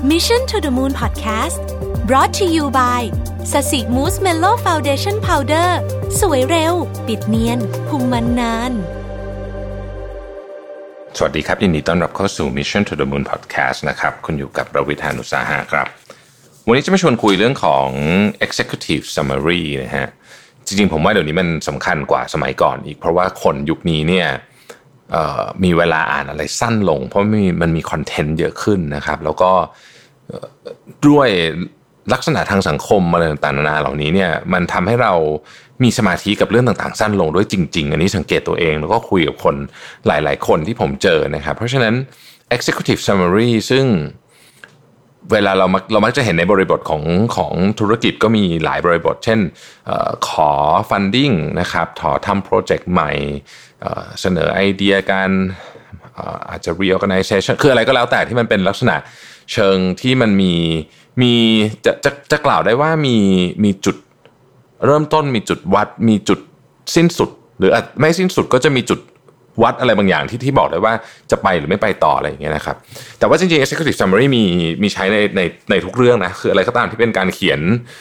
Mission to the Moon Podcast brought to you by สสิมูสเมโล่ฟาวเดชั่นพาวเดอร์สวยเร็วปิดเนียนคุมมันนานสวัสดีครับยินดีต้อนรับเข้าสู่ Mission to the Moon Podcast นะครับคุณอยู่กับประวิทย์ หาญอุตสาหะครับวันนี้จะมาชวนคุยเรื่องของ Executive Summary นะฮะจริงๆผมว่าเดี๋ยวนี้มันสำคัญกว่าสมัยก่อนอีกเพราะว่าคนยุคนี้เนี่ยมีเวลาอ่านอะไรสั้นลงเพราะมันมีคอนเทนต์เยอะขึ้นนะครับแล้วก็ด้วยลักษณะทางสังคมอะไรต่างๆนานาเหล่านี้เนี่ยมันทำให้เรามีสมาธิกับเรื่องต่างๆสั้นลงด้วยจริงๆอันนี้สังเกตตัวเองแล้วก็คุยกับคนหลายๆคนที่ผมเจอนะครับเพราะฉะนั้น Executive Summary ซึ่งเวลาเรามักจะเห็นในบริบทของธุรกิจก็มีหลายบริบทเช่นขอ funding นะครับทำโปรเจกต์ใหม่เสนอไอเดียการอาจจะ reorganization คืออะไรก็แล้วแต่ที่มันเป็นลักษณะเชิงที่มันมีจะกล่าวได้ว่ามีจุดเริ่มต้นมีจุดวัดมีจุดสิ้นสุดหรือไม่สิ้นสุดก็จะมีจุดวัดอะไรบางอย่างที่บอกได้ว่าจะไปหรือไม่ไปต่ออะไรอย่างเงี้ยนะครับแต่ว่าจริงๆ Executive Summary มีใช้ในทุกเรื่องนะคืออะไรก็ตามที่เป็นการเขีย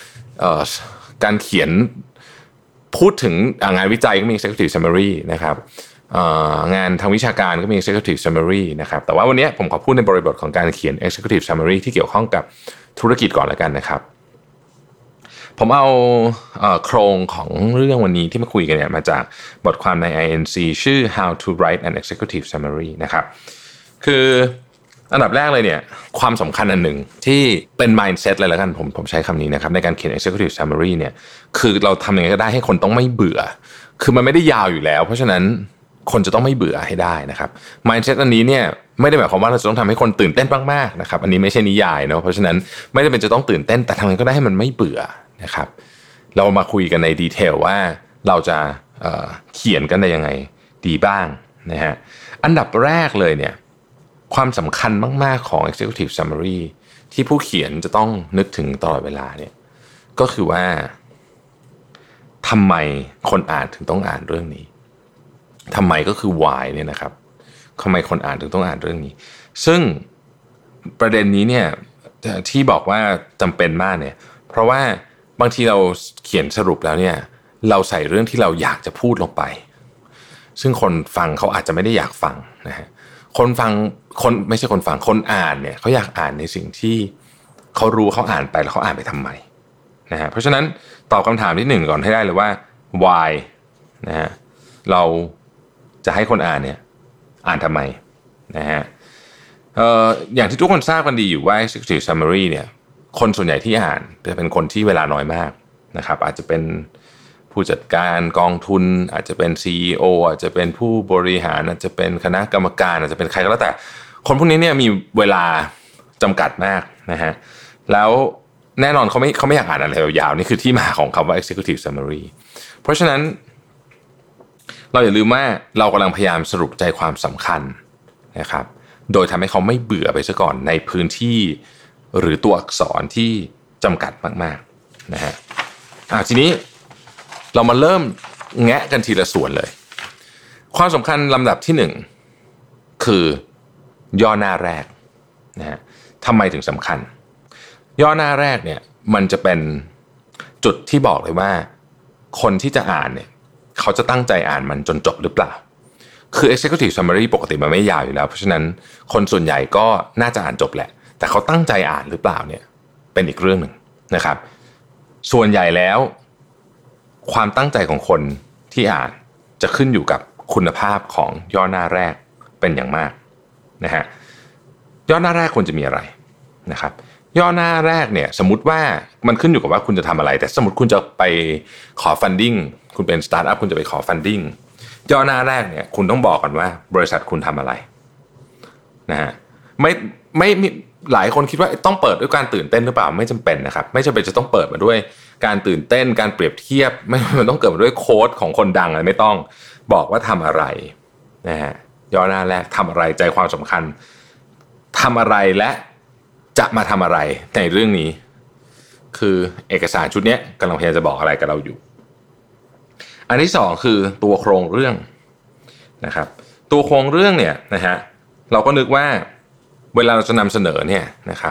นพูดถึงงานวิจัยก็มี Executive Summary นะครับงานทางวิชาการก็มี Executive Summary นะครับแต่ว่าวันนี้ผมขอพูดในบริบทของการเขียน Executive Summary ที่เกี่ยวข้องกับธุรกิจก่อนแล้วกันนะครับผมเอาโครงของเรื่องวันนี้ที่มาคุยกันเนี่ยมาจากบทความใน INC ชื่อ How to Write an Executive Summary นะครับคืออันดับแรกเลยเนี่ยความสำคัญอันหนึ่งที่เป็น mindset เลยแล้วกันผมใช้คำนี้นะครับในการเขียน Executive Summary เนี่ยคือเราทำยังไงก็ได้ให้คนต้องไม่เบื่อคือมันไม่ได้ยาวอยู่แล้วเพราะฉะนั้นคนจะต้องไม่เบื่อให้ได้นะครับ mindset อันนี้เนี่ยไม่ได้หมายความว่าเราจะต้องทำให้คนตื่นเต้นมากๆนะครับอันนี้ไม่ใช่นิยายเนาะเพราะฉะนั้นไม่ได้เป็นจะต้องตื่นเต้นแต่ทำยังไงก็ได้ให้มันไม่เบื่อนะครับเรามาคุยกันในดีเทลว่าเราจะเขียนกันได้ยังไงดีบ้างนะฮะอันดับแรกเลยเนี่ยความสำคัญมากๆของ Executive Summary ที่ผู้เขียนจะต้องนึกถึงตลอดเวลาเนี่ยก็คือว่าทำไมคนอ่านถึงต้องอ่านเรื่องนี้ทำไมก็คือ why เนี่ยนะครับทำไมคนอ่านถึงต้องอ่านเรื่องนี้ซึ่งประเด็นนี้เนี่ยที่บอกว่าจำเป็นมากเนี่ยเพราะว่าบางทีเราเขียนสรุปแล้วเนี่ยเราใส่เรื่องที่เราอยากจะพูดลงไปซึ่งคนฟังเขาอาจจะไม่ได้อยากฟังนะฮะไม่ใช่คนฟังคนอ่านเนี่ยเขาอยากอ่านในสิ่งที่เขารู้เขาอ่านไปแล้วเขาอ่านไปทำไมนะฮะเพราะฉะนั้นตอบคำถามที่หนึ่งก่อนให้ได้เลยว่า why นะฮะเราจะให้คนอ่านเนี่ยอ่านทำไมนะฮะอย่างที่ทุกคนทราบกันดีอยู่ว่า Executive Summary เนี่ยคนส่วนใหญ่ที่อ่านจะเป็นคนที่เวลาน้อยมากนะครับอาจจะเป็นผู้จัดการกองทุนอาจจะเป็น CEO อาจจะเป็นผู้บริหารอาจจะเป็นคณะกรรมการอาจจะเป็นใครก็แล้วแต่คนพวกนี้เนี่ยมีเวลาจำกัดมากนะฮะแล้วแน่นอนเขาไม่อยากอ่านอะไรยาวๆนี่คือที่มาของคำว่า Executive Summary เพราะฉะนั้นเราอย่าลืมว่าเรากำลังพยายามสรุปใจความสำคัญนะครับโดยทำให้เขาไม่เบื่อไปซะก่อนในพื้นที่หรือตัวอักษรที่จำกัดมากๆนะฮะทีนี้เรามาเริ่มแงะกันทีละส่วนเลยความสำคัญลำดับที่หนึ่งคือย่อหน้าแรกนะฮะทำไมถึงสำคัญย่อหน้าแรกเนี่ยมันจะเป็นจุดที่บอกเลยว่าคนที่จะอ่านเนี่ยเขาจะตั้งใจอ่านมันจนจบหรือเปล่าคือ Executive Summary ปกติมันไม่ยาวอยู่แล้วเพราะฉะนั้นคนส่วนใหญ่ก็น่าจะอ่านจบแหละแต่เขาตั้งใจอ่านหรือเปล่าเนี่ยเป็นอีกเรื่องหนึ่งนะครับส่วนใหญ่แล้วความตั้งใจของคนที่อ่านจะขึ้นอยู่กับคุณภาพของย่อหน้าแรกเป็นอย่างมากนะฮะย่อหน้าแรกควรจะมีอะไรนะครับย่อหน้าแรกเนี่ยสมมุติว่ามันขึ้นอยู่กับว่าคุณจะทำอะไรแต่สมมติคุณจะไปขอ funding คุณเป็นสตาร์ทอัพคุณจะไปขอ funding ย่อหน้าแรกเนี่ยคุณต้องบอกก่อนว่าบริษัทคุณทำอะไรนะฮะไม่หลายคนคิดว่าต้องเปิดด้วยการตื่นเต้นหรือเปล่าไม่จำเป็นนะครับไม่จำเป็นจะต้องเปิดมาด้วยการตื่นเต้นการเปรียบเทียบไม่มันต้องเกิดมาด้วยโค้ดของคนดังอะไรไม่ต้องบอกว่าทำอะไรนะฮะย่อหน้าแรกทำอะไรใจความสำคัญทำอะไรและจะมาทำอะไรในเรื่องนี้คือเอกสารชุดนี้กำลังพยายามจะบอกอะไรกับเราอยู่อันที่สองคือตัวโครงเรื่องนะครับตัวโครงเรื่องเนี่ยนะฮะเราก็นึกว่าเวลาเราจะนำเสนอเนี่ยนะครับ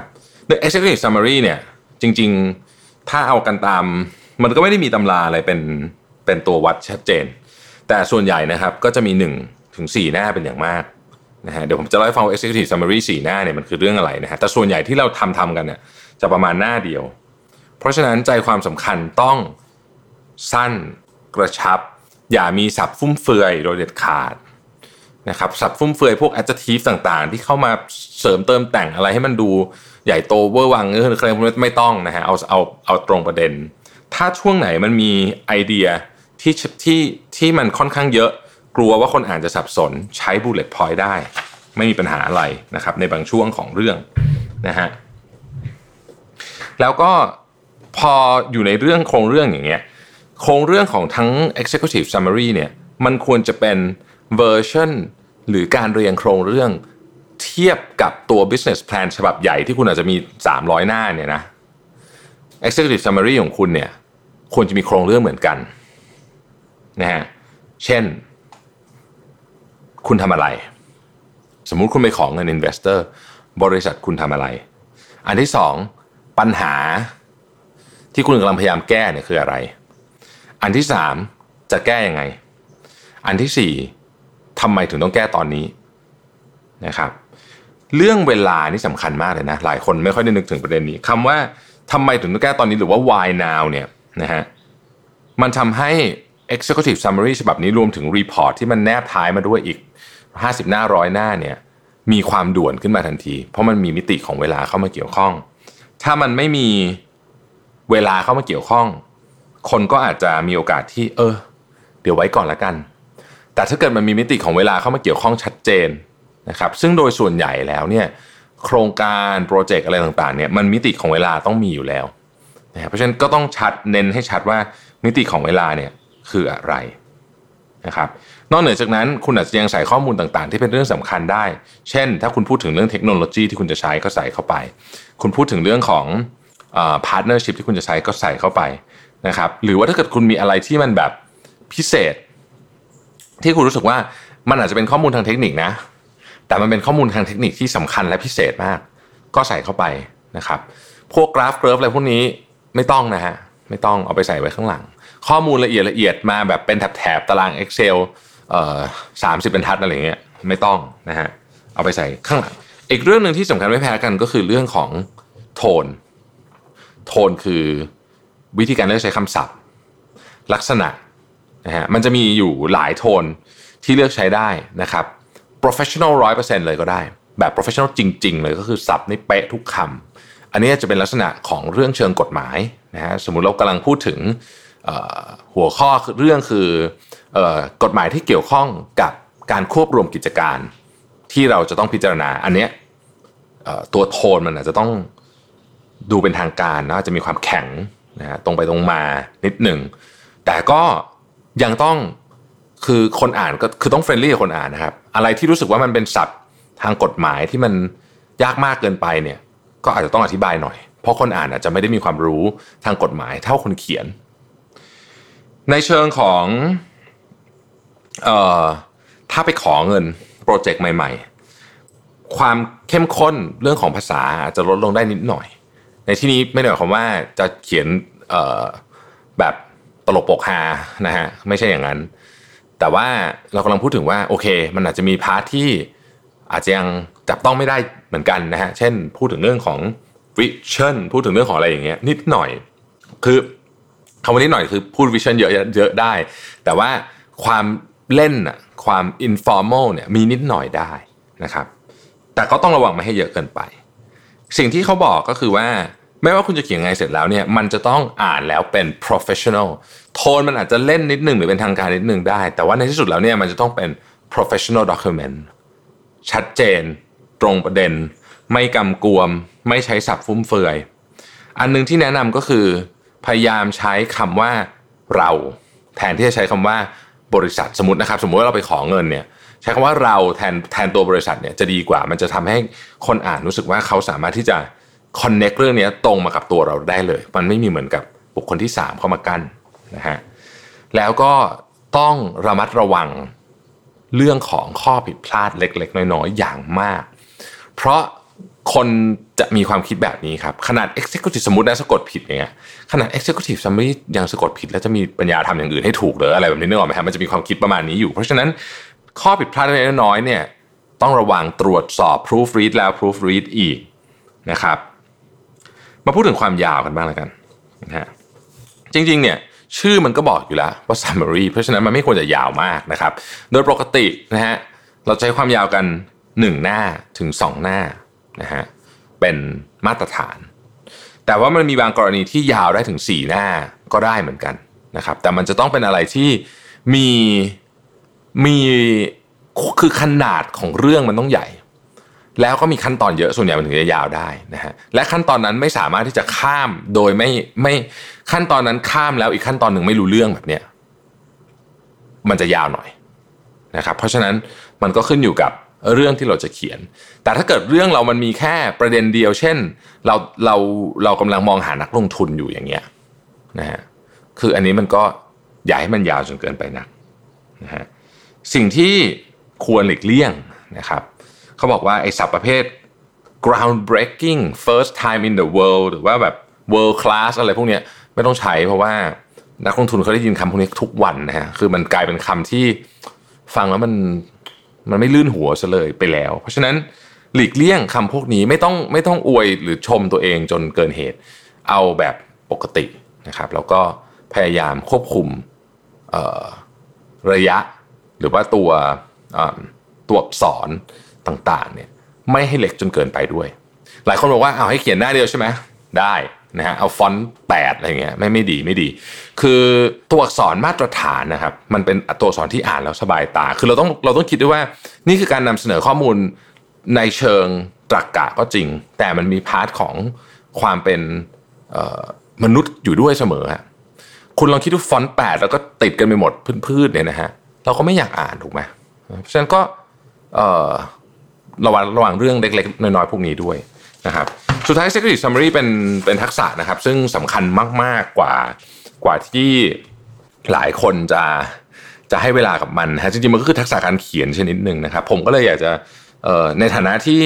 executive summary เนี่ยจริงๆถ้าเอากันตามมันก็ไม่ได้มีตำราอะไรเป็นตัววัดชัดเจนแต่ส่วนใหญ่นะครับก็จะมี1 ถึง 4 หน้าเป็นอย่างมากนะฮะเดี๋ยวผมจะเล่าให้ฟังว่า executive summary 4 หน้าเนี่ยมันคือเรื่องอะไรนะฮะแต่ส่วนใหญ่ที่เราทำกันเนี่ยจะประมาณหน้าเดียวเพราะฉะนั้นใจความสำคัญต้องสั้นกระชับอย่ามีศัพท์ฟุ่มเฟือยโดยเด็ดขาดนะครับศัพท์ฟุ่มเฟือยพวก adjective ต่างๆที่เข้ามาเสริมเติมแต่งอะไรให้มันดูใหญ่โตเวอร์วังอะไรไม่ต้องนะฮะเอาตรงประเด็นถ้าช่วงไหนมันมีไอเดียที่มันค่อนข้างเยอะกลัวว่าคนอ่านจะสับสนใช้ bullet point ได้ไม่มีปัญหาอะไรนะครับในบางช่วงของเรื่องนะฮะแล้วก็พออยู่ในเรื่องโครงเรื่องอย่างเงี้ยโครงเรื่องของทั้ง executive summary เนี่ยมันควรจะเป็นเวอร์ชันหรือการเรียงโครงเรื่องเทียบกับตัว business plan ฉบับใหญ่ที่คุณอาจจะมี300หน้าเนี่ยนะ executive summary ของคุณเนี่ยควรจะมีโครงเรื่องเหมือนกันนะฮะเช่นคุณทำอะไรสมมุติคุณไปขอเงิน investor บริษัทคุณทำอะไรอันที่2ปัญหาที่คุณกำลังพยายามแก้เนี่ยคืออะไรอันที่3จะแก้ยังไงอันที่4ทำไมถึงต้องแก้ตอนนี้นะครับเรื่องเวลานี่สำคัญมากเลยนะหลายคนไม่ค่อยได้นึกถึงประเด็นนี้คำว่าทำไมถึงต้องแก้ตอนนี้หรือว่า why now เนี่ยนะฮะมันทำให้ executive summary ฉบับนี้รวมถึง report ที่มันแนบท้ายมาด้วยอีก50หน้า100หน้าเนี่ยมีความด่วนขึ้นมาทันทีเพราะมันมีมิติของเวลาเข้ามาเกี่ยวข้องถ้ามันไม่มีเวลาเข้ามาเกี่ยวข้องคนก็อาจจะมีโอกาสที่เดี๋ยวไว้ก่อนละกันแต่ถ้าเกิดมันมีมิติของเวลาเข้ามาเกี่ยวข้องชัดเจนนะครับซึ่งโดยส่วนใหญ่แล้วเนี่ยโครงการโปรเจกต์อะไรต่างๆเนี่ยมันมิติของเวลาต้องมีอยู่แล้วนะเพราะฉะนั้นก็ต้องเน้นให้ชัดว่ามิติของเวลาเนี่ยคืออะไรนะครับนอกเหนือจากนั้นคุณอาจจะยังใส่ข้อมูลต่างๆที่เป็นเรื่องสำคัญได้เช่นถ้าคุณพูดถึงเรื่องเทคโนโลยีที่คุณจะใช้ก็ใส่เข้าไปคุณพูดถึงเรื่องของpartnership ที่คุณจะใช้ก็ใส่เข้าไปนะครับหรือว่าถ้าเกิดคุณมีอะไรที่มันแบบพิเศษที่คุณรู้สึกว่ามันอาจจะเป็นข้อมูลทางเทคนิคนะแต่มันเป็นข้อมูลทางเทคนิคที่สำคัญและพิเศษมากก็ใส่เข้าไปนะครับพวกกราฟอะไรพวกนี้ไม่ต้องนะฮะไม่ต้องเอาไปใส่ไว้ข้างหลังข้อมูลละเอียดมาแบบเป็นแถบตาราง Excel 30 บรรทัดอะไรอย่างเงี้ยไม่ต้องนะฮะเอาไปใส่ข้างหลังอีกเรื่องนึงที่สำคัญไม่แพ้กันก็คือเรื่องของโทนคือวิธีการเลือกใช้คำศัพท์ลักษณะนะฮะมันจะมีอยู่หลายโทนที่เลือกใช้ได้นะครับ professional 100% เลยก็ได้แบบ professional จริงๆเลยก็คือศัพท์นี่เป๊ะทุกคำอันนี้จะเป็นลักษณะของเรื่องเชิงกฎหมายนะฮะสมมุติเรากำลังพูดถึงหัวข้อเรื่องคือกฎหมายที่เกี่ยวข้องกับการควบรวมกิจการที่เราจะต้องพิจารณาอันเนี้ยตัวโทนมันอาจจะต้องดูเป็นทางการนะจะมีความแข็งนะฮะตรงไปตรงมานิดหนึ่งแต่ก็ยังต้องคือคนอ่านก็คือต้องเฟรนลี่กับคนอ่านนะครับอะไรที่รู้สึกว่ามันเป็นศัพท์ทางกฎหมายที่มันยากมากเกินไปเนี่ยก็อาจจะต้องอธิบายหน่อยเพราะคนอ่านอาจจะไม่ได้มีความรู้ทางกฎหมายเท่าคนเขียนในเชิงของถ้าไปขอเงินโปรเจกต์ใหม่ๆความเข้มข้นเรื่องของภาษาอาจจะลดลงได้นิดหน่อยในที่นี้ไม่ได้หมายความว่าจะเขียนแบบตลกปกฮานะฮะไม่ใช่อย่างนั้นแต่ว่าเรากำลังพูดถึงว่าโอเคมันอาจจะมีพาร์ทที่อาจจะยังจับต้องไม่ได้เหมือนกันนะฮะเช่นพูดถึงเรื่องของวิชั่นพูดถึงเรื่องของอะไรอย่างเงี้ยนิดหน่อยคือคำว่านิดหน่อยคือพูดวิชั่นเยอะได้แต่ว่าความเล่นอ่ะความ informal เนี่ยมีนิดหน่อยได้นะครับแต่ก็ต้องระวังไม่ให้เยอะเกินไปสิ่งที่เขาบอกก็คือว่าไม่ว่าคุณจะเขียนไงเสร็จแล้วเนี่ยมันจะต้องอ่านแล้วเป็น professional โทนมันอาจจะเล่นนิดหนึ่งหรือเป็นทางการนิดหนึ่งได้แต่ว่าในที่สุดแล้วเนี่ยมันจะต้องเป็น professional document ชัดเจนตรงประเด็นไม่กำกวมไม่ใช้ศัพท์ฟุ่มเฟือยอันนึงที่แนะนำก็คือพยายามใช้คำว่าเราแทนที่จะใช้คำว่าบริษัทสมมติว่าเราไปขอเงินเนี่ยใช้คำว่าเราแทนตัวบริษัทเนี่ยจะดีกว่ามันจะทำให้คนอ่านรู้สึกว่าเขาสามารถที่จะconnect เรื่องนี้ตรงมากับตัวเราได้เลยมันไม่มีเหมือนกับบุคคลที่3เข้ามากั้นนะฮะแล้วก็ต้องระมัดระวังเรื่องของข้อผิดพลาดเล็กๆน้อยๆอย่างมากเพราะคนจะมีความคิดแบบนี้ครับขนาด Executive สมมุตินะสะกดผิดอย่างเงี้ยขนาด Executive Summary ยังสะกดผิดแล้วจะมีปัญญาทำอย่างอื่นให้ถูกหรืออะไรแบบนี้นึกออกไหมครับมันจะมีความคิดประมาณนี้อยู่เพราะฉะนั้นข้อผิดพลาดเล็กน้อยเนี่ยต้องระวังตรวจสอบ proofread แล้ว proofread อีกนะครับมาพูดถึงความยาวกันบ้างแล้วกันนะฮะจริงๆเนี่ยชื่อมันก็บอกอยู่แล้วว่า summary เพราะฉะนั้นมันไม่ควรจะยาวมากนะครับโดยปกตินะฮะเราใช้ความยาวกัน1หน้าถึง2หน้านะฮะเป็นมาตรฐานแต่ว่ามันมีบางกรณีที่ยาวได้ถึง4หน้าก็ได้เหมือนกันนะครับแต่มันจะต้องเป็นอะไรที่มีคือขนาดของเรื่องมันต้องใหญ่แล้วก็มีขั้นตอนเยอะส่วนใหญ่มันถึงจะยาวได้นะฮะและขั้นตอนนั้นไม่สามารถที่จะข้ามโดยไม่ขั้นตอนนั้นข้ามแล้วอีกขั้นตอนหนึ่งไม่รู้เรื่องแบบเนี้ยมันจะยาวหน่อยนะครับเพราะฉะนั้นมันก็ขึ้นอยู่กับเรื่องที่เราจะเขียนแต่ถ้าเกิดเรื่องเรามันมีแค่ประเด็นเดียวเช่นเรากำลังมองหานักลงทุนอยู่อย่างเงี้ยนะฮะคืออันนี้มันก็อย่าให้มันยาวจนเกินไปนักนะฮะสิ่งที่ควรหลีกเลี่ยงนะครับเขาบอกว่าไอ้ศัพท์ประเภท groundbreaking first time in the world หรือว่าแบบ world class อะไรพวกเนี้ยไม่ต้องใช้เพราะว่านักลงทุนเขาได้ยินคำพวกนี้ทุกวันนะฮะคือมันกลายเป็นคำที่ฟังแล้วมันไม่ลื่นหัวซะเลยไปแล้วเพราะฉะนั้นหลีกเลี่ยงคำพวกนี้ไม่ต้องอวยหรือชมตัวเองจนเกินเหตุเอาแบบปกตินะครับแล้วก็พยายามควบคุมระยะหรือว่าตัวอักษรต่างๆเนี่ยไม่ให้เล็กจนเกินไปด้วยหลายคนบอกว่าเอาให้เขียนหน้าเดียวใช่ไหมได้นะฮะเอาฟอนต์8อะไรเงี้ยไม่ดีคือตัวอักษรมาตรฐานนะครับมันเป็นตัวอักษรที่อ่านแล้วสบายตาคือเราต้องคิดด้วยว่านี่คือการนำเสนอข้อมูลในเชิงตรรกะก็จริงแต่มันมีพาร์ทของความเป็นมนุษย์อยู่ด้วยเสมอฮะคุณลองคิดดูฟอนต์8แล้วก็ติดกันไปหมดพืชเนี่ยนะฮะเราก็ไม่อยากอ่านถูกไหมเพราะฉะนั้นก็ระวังเรื่องเล็กๆน้อยๆพวกนี้ด้วยนะครับสุดท้าย Executive Summary เป็นทักษะนะครับซึ่งสำคัญมากๆกว่าที่หลายคนจะให้เวลากับมันฮะจริงๆมันก็คือทักษะการเขียนชนิดหนึ่งนะครับผมก็เลยอยากจะในฐานะที่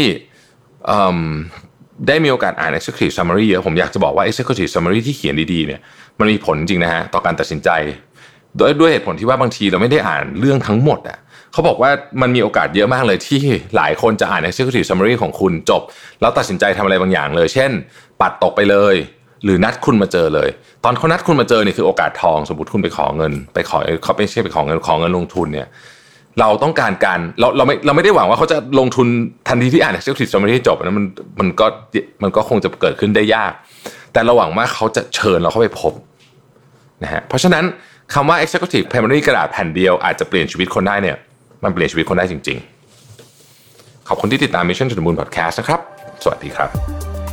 ได้มีโอกาสอ่าน Executive Summary เยอะผมอยากจะบอกว่า Executive Summary ที่เขียนดีๆเนี่ยมันมีผลจริงนะฮะต่อการตัดสินใจด้วยเหตุผลที่ว่าบางทีเราไม่ได้อ่านเรื่องทั้งหมดอ่ะเขาบอกว่ามันมีโอกาสเยอะมากเลยที่หลายคนจะอ่าน Executive Summary ของคุณจบแล้วตัดสินใจทำอะไรบางอย่างเลยเช่นปัดตกไปเลยหรือนัดคุณมาเจอเลยตอนเขานัดคุณมาเจอนี่คือโอกาสทองสมมติคุณไปขอเงินเขาไม่ใช่ไปขอเงินลงทุนเนี่ยเราต้องการเราไม่ได้หวังว่าเขาจะลงทุนทันทีที่อ่าน Executive Summary จบนะมันก็คงจะเกิดขึ้นได้ยากแต่เราหวังว่าเขาจะเชิญเราเข้าไปพบนะฮะเพราะฉะนั้นคำว่า Executive Summary กระดาษแผ่นเดียวอาจจะเปลี่ยนชีวิตคนได้เนี่ยมันเปลี่ยนชีวิตคนได้จริงๆขอบคุณที่ติดตาม Mission to the Moon Podcast นะครับสวัสดีครับ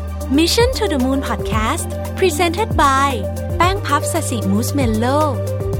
Mission to the Moon Podcast Presented by แป้งพับสสิมูสเมลโล่